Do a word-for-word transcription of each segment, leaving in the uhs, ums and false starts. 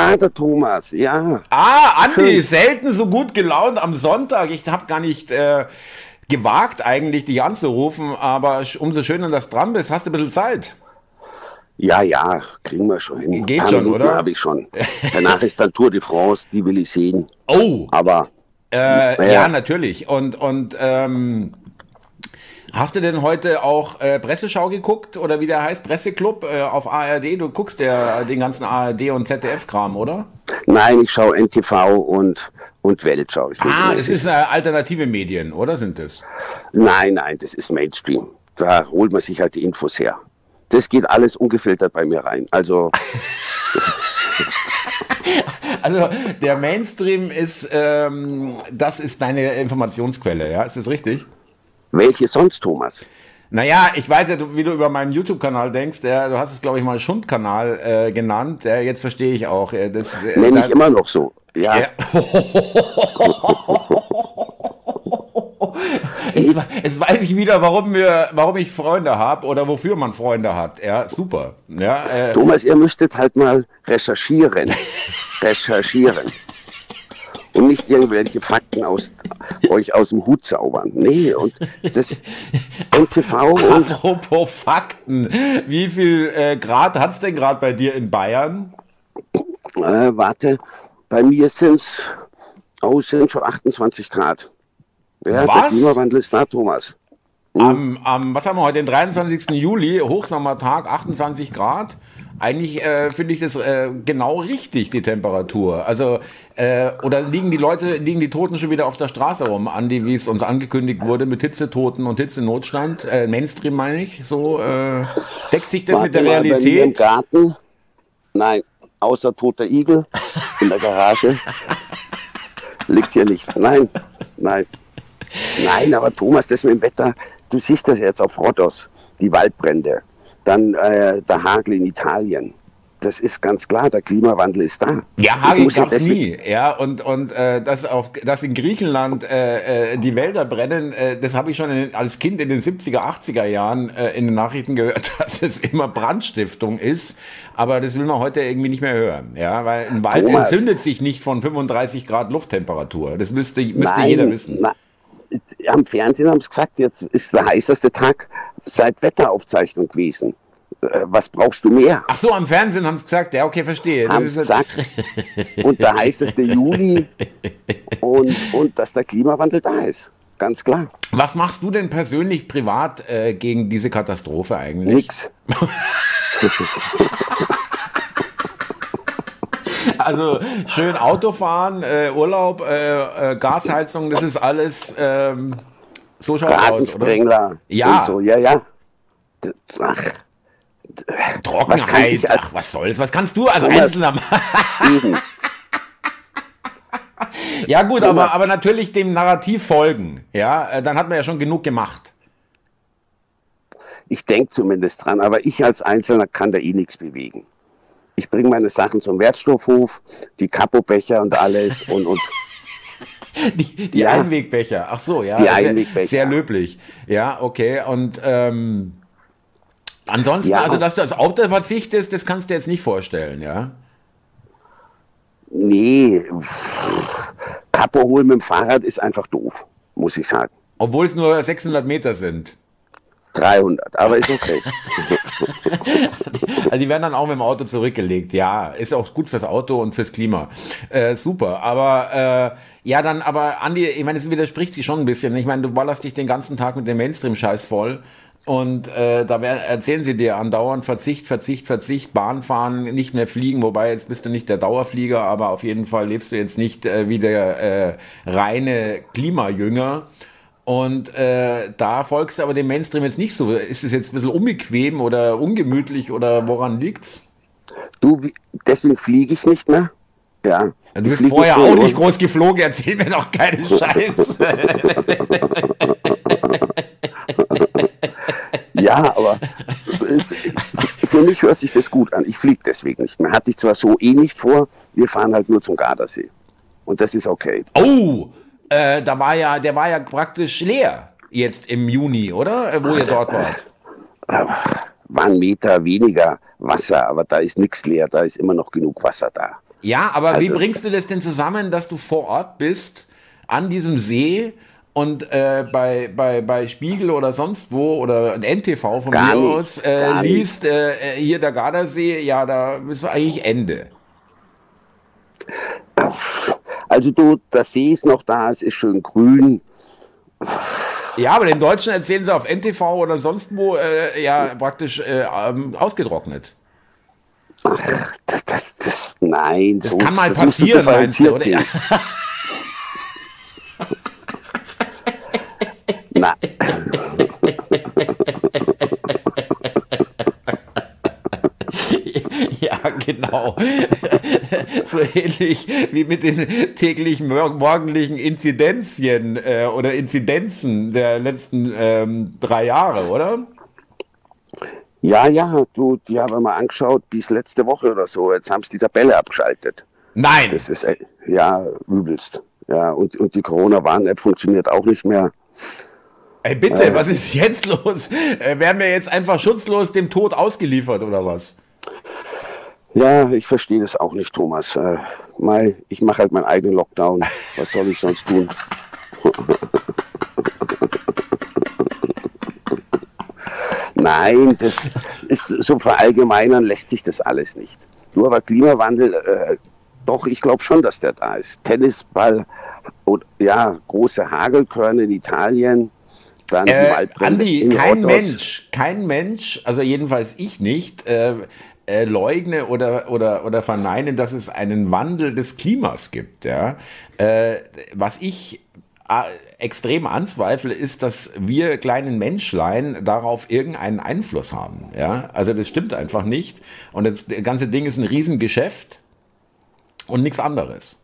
Ja, der Thomas, ja. Ah, Andi, Schön. selten so gut gelaunt am Sonntag. Ich habe gar nicht äh, gewagt, eigentlich dich anzurufen, aber sch- umso schöner, dass du dran bist. Hast du ein bisschen Zeit? Ja, ja, kriegen wir schon hin. Ein Geht paar schon, Minuten habe oder? ich schon. Danach ist dann Tour de France, die will ich sehen. Oh, Aber, äh, ja, naja, natürlich. Und, und ähm, hast du denn heute auch äh, Presseschau geguckt oder wie der heißt, Presseclub äh, auf A R D? Du guckst ja den ganzen A R D und Z D F-Kram, oder? nein, ich schaue N T V und, und Welt schaue ich Ah, das ist regelmäßig. äh, alternative Medien, oder sind es? Nein, nein, das ist Mainstream. Da holt man sich halt die Infos her. Das geht alles ungefiltert bei mir rein. Also, Also der Mainstream ist, ähm, das ist deine Informationsquelle, ja? Ist das richtig? welche sonst, Thomas? Naja, ich weiß ja, du- wie du über meinen YouTube-Kanal denkst. Ja, du hast es, glaube ich, mal Schundkanal äh, genannt. Ja, jetzt verstehe ich auch. Äh, das, äh, Nenne ich da, immer noch so. Ja, ja. Jetzt, we- jetzt weiß ich wieder, warum, wir, warum ich Freunde habe oder wofür man Freunde hat. Ja, super. Ja, äh, Thomas, ihr müsstet halt mal recherchieren. Recherchieren. Und nicht irgendwelche Fakten aus euch aus dem Hut zaubern. Nee, und das N T V und apropos Fakten. Wie viel äh, Grad hat es denn gerade bei dir in Bayern? äh, warte, bei mir sind es oh, sind schon achtundzwanzig Grad. Ja, der Was? Klimawandel ist da, Thomas. Am, am, was haben wir heute, den dreiundzwanzigsten Juli, Hochsommertag, achtundzwanzig Grad. Eigentlich äh, finde ich das äh, genau richtig, die Temperatur. Also, äh, oder liegen die Leute, liegen die Toten schon wieder auf der Straße rum, Andi, wie es uns angekündigt wurde, mit Hitzetoten und Hitzenotstand? Äh, Mainstream meine ich, so, äh, deckt sich das mit Warte der mal, bei mir im Realität? Garten, nein, außer toter Igel in der Garage liegt hier nichts. Nein, nein, nein, aber Thomas, das mit dem Wetter, du siehst das jetzt auf Rhodos, die Waldbrände, dann äh, der Hagel in Italien. Das ist ganz klar, der Klimawandel ist da. Ja, Das Hagel muss ja gab's deswegen, nie, ja, und, und äh, dass, auf, dass in Griechenland äh, äh, die Wälder brennen, äh, das habe ich schon in, als Kind in den siebziger, achtziger Jahren äh, in den Nachrichten gehört, dass es immer Brandstiftung ist, aber das will man heute irgendwie nicht mehr hören, ja, weil ein Wald Thomas, entzündet sich nicht von fünfunddreißig Grad Lufttemperatur, das müsste, müsste jeder nein, wissen. na, am Fernsehen haben sie gesagt, jetzt ist der heißeste Tag seit Wetteraufzeichnung gewesen. Äh, Was brauchst du mehr? Ach so, am Fernsehen haben sie gesagt, ja, okay, verstehe, das Haben ist sie jetzt, gesagt. Und der heißeste Juli und, und dass der Klimawandel da ist. Ganz klar. was machst du denn persönlich privat äh, gegen diese Katastrophe eigentlich? Nix. Also schön Autofahren, äh, Urlaub, äh, äh, Gasheizung, das ist alles, ähm, so schaut's aus, oder? Rasensprengler und Ja, so. Ja, ja. D- Ach, was kann Trockenheit, ich als ach, was soll's, was kannst du als Thomas Einzelner machen? eben? Ja gut, aber, Thomas, aber natürlich dem Narrativ folgen, ja, äh, dann hat man ja schon genug gemacht. ich denke zumindest dran, aber ich als Einzelner kann da eh nichts bewegen. Ich bringe meine Sachen zum Wertstoffhof, die Kapobecher und alles und, und Die, die ja, Einwegbecher, ach so, ja, die sehr, Einwegbecher. sehr löblich. Ja, okay, und ähm, ansonsten, also Ja, dass du aufs Auto verzichtest, das kannst du dir jetzt nicht vorstellen, ja? nee, Kapo holen mit dem Fahrrad ist einfach doof, muss ich sagen. Obwohl es nur sechshundert Meter sind. dreihundert, aber ist okay. Also die werden dann auch mit dem Auto zurückgelegt. Ja, ist auch gut fürs Auto und fürs Klima. Äh, super. Aber äh, ja, dann, aber Andi, ich meine, es widerspricht sich schon ein bisschen. Ich meine, du ballerst dich den ganzen Tag mit dem Mainstream-Scheiß voll. Und äh, da werden, erzählen sie dir andauernd Verzicht, Verzicht, Verzicht, Bahnfahren, nicht mehr fliegen, wobei jetzt bist du nicht der Dauerflieger, aber auf jeden Fall lebst du jetzt nicht äh, wie der äh, reine Klimajünger. Und äh, da folgst du aber dem Mainstream jetzt nicht so. Ist es jetzt ein bisschen unbequem oder ungemütlich oder woran liegt's? Du, wie- deswegen fliege ich nicht mehr. Ja, Ja, du ich bist fliege vorher nur auch in nicht Ur- groß geflogen, erzähl mir doch keine Scheiße. Ja, aber es, für mich hört sich das gut an. Ich fliege deswegen nicht mehr. Hatte ich zwar so eh nicht vor, wir fahren halt nur zum Gardasee. Und das ist okay. Oh, äh, da war ja, der war ja praktisch leer jetzt im Juni, oder? Äh, wo ihr dort wart. War ein Meter weniger Wasser, aber da ist nichts leer, da ist immer noch genug Wasser da. Ja, aber Also, wie bringst du das denn zusammen, dass du vor Ort bist, an diesem See und äh, bei, bei, bei Spiegel oder sonst wo oder N T V von gar mir nicht, aus äh, gar nicht. liest, äh, hier der Gardasee, ja, da ist eigentlich Ende. Also du, der See ist noch da, es ist schön grün. Ja, aber den Deutschen erzählen sie auf N T V oder sonst wo äh, ja praktisch äh, ähm, ausgetrocknet. Das, das, das, nein, Das so, kann mal das musst du passieren, meinst du, differenziert oder? Ja. sehen. Na, Ja, genau. So ähnlich wie mit den täglich mor- morgendlichen Inzidenzien äh, oder Inzidenzen der letzten ähm, drei Jahre, oder? ja, ja, du, die haben wir mal angeschaut bis letzte Woche oder so. Jetzt haben sie die Tabelle abgeschaltet. Nein! Das ist, äh, ja, übelst. Ja, und, und die Corona-Warn-App funktioniert auch nicht mehr. Ey, bitte, was ist jetzt los? Äh, werden wir jetzt einfach schutzlos dem Tod ausgeliefert, oder was? Ja, ich verstehe das auch nicht, Thomas. Äh, Mai, ich mache halt meinen eigenen Lockdown. Was soll ich sonst tun? Nein, das ist so verallgemeinern lässt sich das alles nicht. Du, aber Klimawandel, äh, doch, ich glaube schon, dass der da ist. Tennisball und ja, große Hagelkörner in Italien, dann die Äh, Waldbrände Andi, in kein Rhodos. Mensch, kein Mensch, also jedenfalls ich nicht, äh, äh, leugne oder, oder, oder verneine, dass es einen Wandel des Klimas gibt. Ja? Äh, was ich äh, extrem anzweifle, ist, dass wir kleinen Menschlein darauf irgendeinen Einfluss haben. Ja? Also das stimmt einfach nicht. Und das ganze Ding ist ein Riesengeschäft und nichts anderes.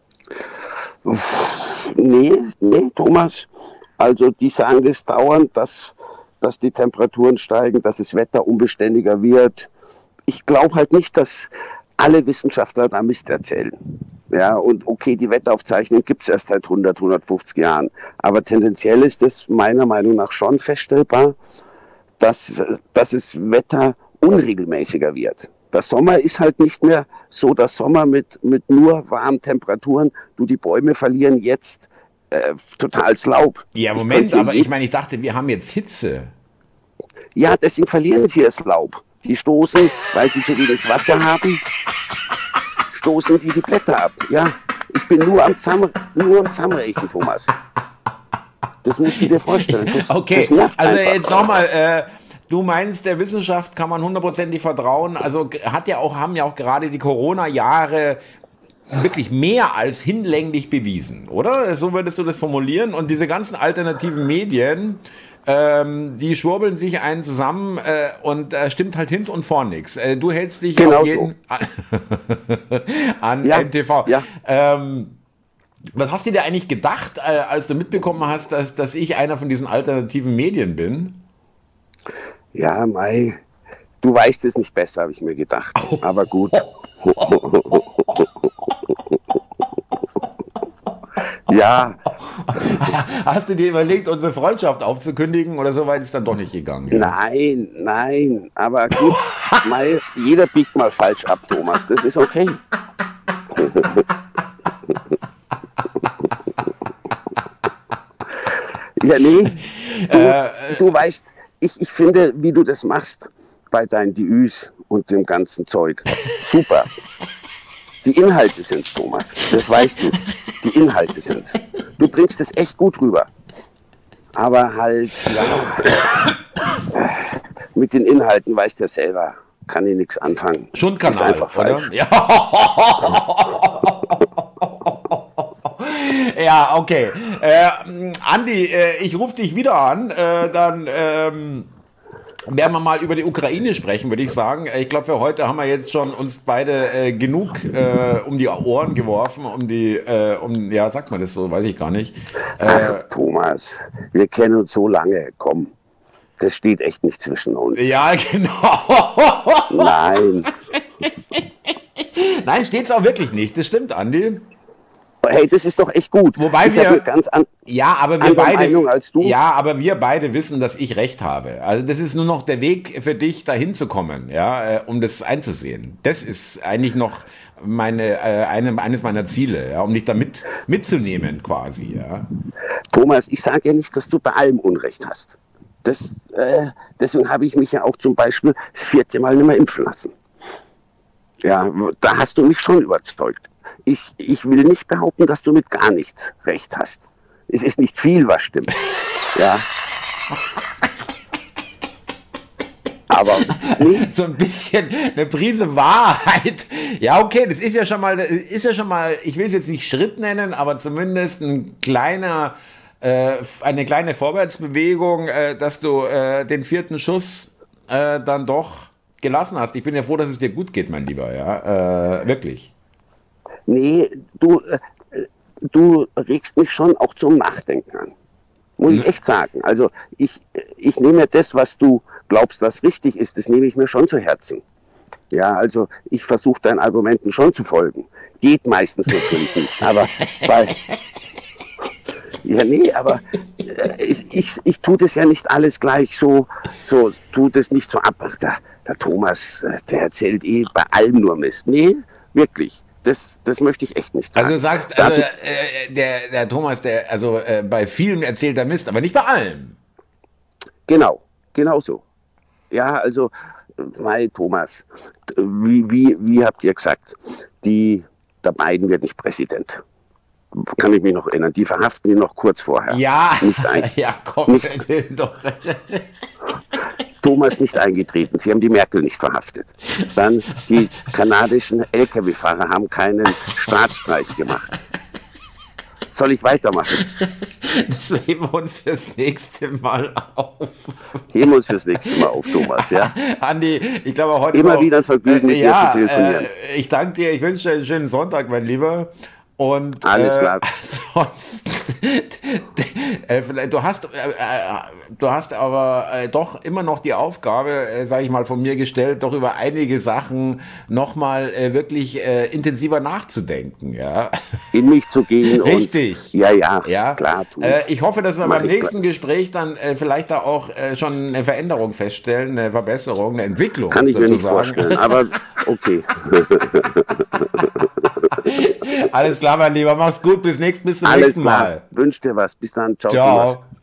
Nee, nee, Thomas. Also die sagen das dauernd, dass, dass die Temperaturen steigen, dass das Wetter unbeständiger wird. Ich glaube halt nicht, dass alle Wissenschaftler da Mist erzählen. Ja, und okay, die Wetteraufzeichnung gibt es erst seit hundert, hundertfünfzig Jahren. Aber tendenziell ist es meiner Meinung nach schon feststellbar, dass, dass das Wetter unregelmäßiger wird. Der Sommer ist halt nicht mehr so der Sommer mit, mit nur warmen Temperaturen. Du, die Bäume verlieren jetzt äh, total das Laub. Ja, Ich Moment, könnte aber je- ich meine, ich dachte, wir haben jetzt Hitze. Ja, deswegen verlieren sie das Laub. Die stoßen, weil sie zu wenig Wasser haben, stoßen die die Blätter ab. Ja, ich bin nur am Zamm, nur am Zammrechen, Thomas. Das musst du dir vorstellen. Das, Okay, das nervt also einfach. jetzt nochmal, äh, du meinst, der Wissenschaft kann man hundertprozentig vertrauen. Also g- hat ja auch, haben ja auch gerade die Corona-Jahre wirklich mehr als hinlänglich bewiesen, oder? So würdest du das formulieren. Und diese ganzen alternativen Medien, ähm, die schwurbeln sich einen zusammen äh, und da stimmt halt hinten und vorn nichts. Äh, du hältst dich Genau auf so. jeden an Ja, N T V. ja. Ähm, was hast du dir eigentlich gedacht, äh, als du mitbekommen hast, dass, dass ich einer von diesen alternativen Medien bin? Ja, Mai, du weißt es nicht besser, habe ich mir gedacht. Aber gut. Ja, Hast du dir überlegt, unsere Freundschaft aufzukündigen oder so weit ist dann doch nicht gegangen? Ja? nein, nein. Aber gut, Mai, jeder biegt mal falsch ab, Thomas. Das ist okay. Ja, nee. Du, Äh, du weißt, ich, ich finde, wie du das machst bei deinen D Üs und dem ganzen Zeug. Super. Die Inhalte sind's, Thomas. Das weißt du. Die Inhalte sind's. Du bringst es echt gut rüber. Aber halt, ja, mit den Inhalten weißt du ja selber, kann ich nichts anfangen. Ist Schundkanal, einfach oder? falsch. Ja. Ja, okay. Äh, Andi, äh, ich rufe dich wieder an. Äh, dann ähm, werden wir mal über die Ukraine sprechen, würde ich sagen. Ich glaube, für heute haben wir jetzt schon uns beide äh, genug äh, um die Ohren geworfen, um die, äh, um, ja, sagt man das so, weiß ich gar nicht. Äh, Ach, Thomas, wir kennen uns so lange. Komm, das steht echt nicht zwischen uns. ja, genau. Nein. Nein, steht's auch wirklich nicht. Das stimmt, Andi. hey, das ist doch echt gut. Wobei ich wir, habe eine ganz an, ja, aber wir andere beide, Meinung als du. ja, aber wir beide wissen, dass ich recht habe. Also das ist nur noch der Weg für dich, dahin zu kommen, ja, äh, um das einzusehen. Das ist eigentlich noch meine, äh, eine, eines meiner Ziele, ja, um dich da mit, mitzunehmen quasi, ja. Thomas, ich sage ja nicht, dass du bei allem Unrecht hast. Das, äh, deswegen habe ich mich ja auch zum Beispiel das vierte Mal nicht mehr impfen lassen. Ja, da hast du mich schon überzeugt. Ich, ich will nicht behaupten, dass du mit gar nichts recht hast. Es ist nicht viel, was stimmt. Ja. Aber nee. So ein bisschen eine Prise Wahrheit. Ja, okay, das ist ja schon mal, ist ja schon mal, ich will es jetzt nicht Schritt nennen, aber zumindest ein kleiner, äh, eine kleine Vorwärtsbewegung, äh, dass du äh, den vierten Schuss äh, dann doch gelassen hast. Ich bin ja froh, dass es dir gut geht, mein Lieber, ja, äh, wirklich. Nee, du, äh, du regst mich schon auch zum Nachdenken an. Muss ich echt sagen. Also ich, ich nehme das, was du glaubst, was richtig ist, das nehme ich mir schon zu Herzen. Ja, also ich versuche deinen Argumenten schon zu folgen. Geht meistens natürlich nicht, aber weil... Ja, nee, aber äh, ich, ich, ich tue das ja nicht alles gleich so, so tue das nicht so ab. Ach, der, der Thomas, der erzählt eh bei allem nur Mist. Nee, wirklich. Das, das möchte ich echt nicht sagen. Also du sagst, also, äh, der, der Thomas, der, also äh, bei vielen erzählt er Mist, aber nicht bei allem. Genau, genau so. Ja, also, mein Thomas, wie, wie, wie habt ihr gesagt, die, der Biden wird nicht Präsident. Kann ich mich noch erinnern, die verhaften ihn noch kurz vorher. Ja, nicht ein, ja, komm, nicht, doch. Thomas nicht eingetreten, sie haben die Merkel nicht verhaftet. Dann die kanadischen L K W-Fahrer haben keinen Staatsstreich gemacht. Soll ich weitermachen? Das heben wir uns fürs nächste Mal auf. Heben wir uns fürs nächste Mal auf, Thomas, ja? Andi, ich glaube heute immer auch, wieder ein Vergnügen, mit äh, dir ja, zu telefonieren. Äh, ich danke dir, ich wünsche dir einen schönen Sonntag, mein Lieber. Und alles äh, klar. Sonst, äh, vielleicht, du hast, äh, du hast aber äh, doch immer noch die Aufgabe, äh, sage ich mal, von mir gestellt, doch über einige Sachen nochmal äh, wirklich äh, intensiver nachzudenken, ja. In mich zu gehen. Richtig. Und, ja, ja, ja, klar. Tu. Äh, ich hoffe, dass wir Mach beim nächsten klar. Gespräch dann äh, vielleicht da auch äh, schon eine Veränderung feststellen, eine Verbesserung, eine Entwicklung. Kann ich sozusagen. mir nicht vorstellen, aber okay. Alles klar, mein Lieber, mach's gut, bis, nächst, bis zum Alles nächsten klar. Mal. Wünsch dir was, bis dann, ciao. Ciao. Thomas.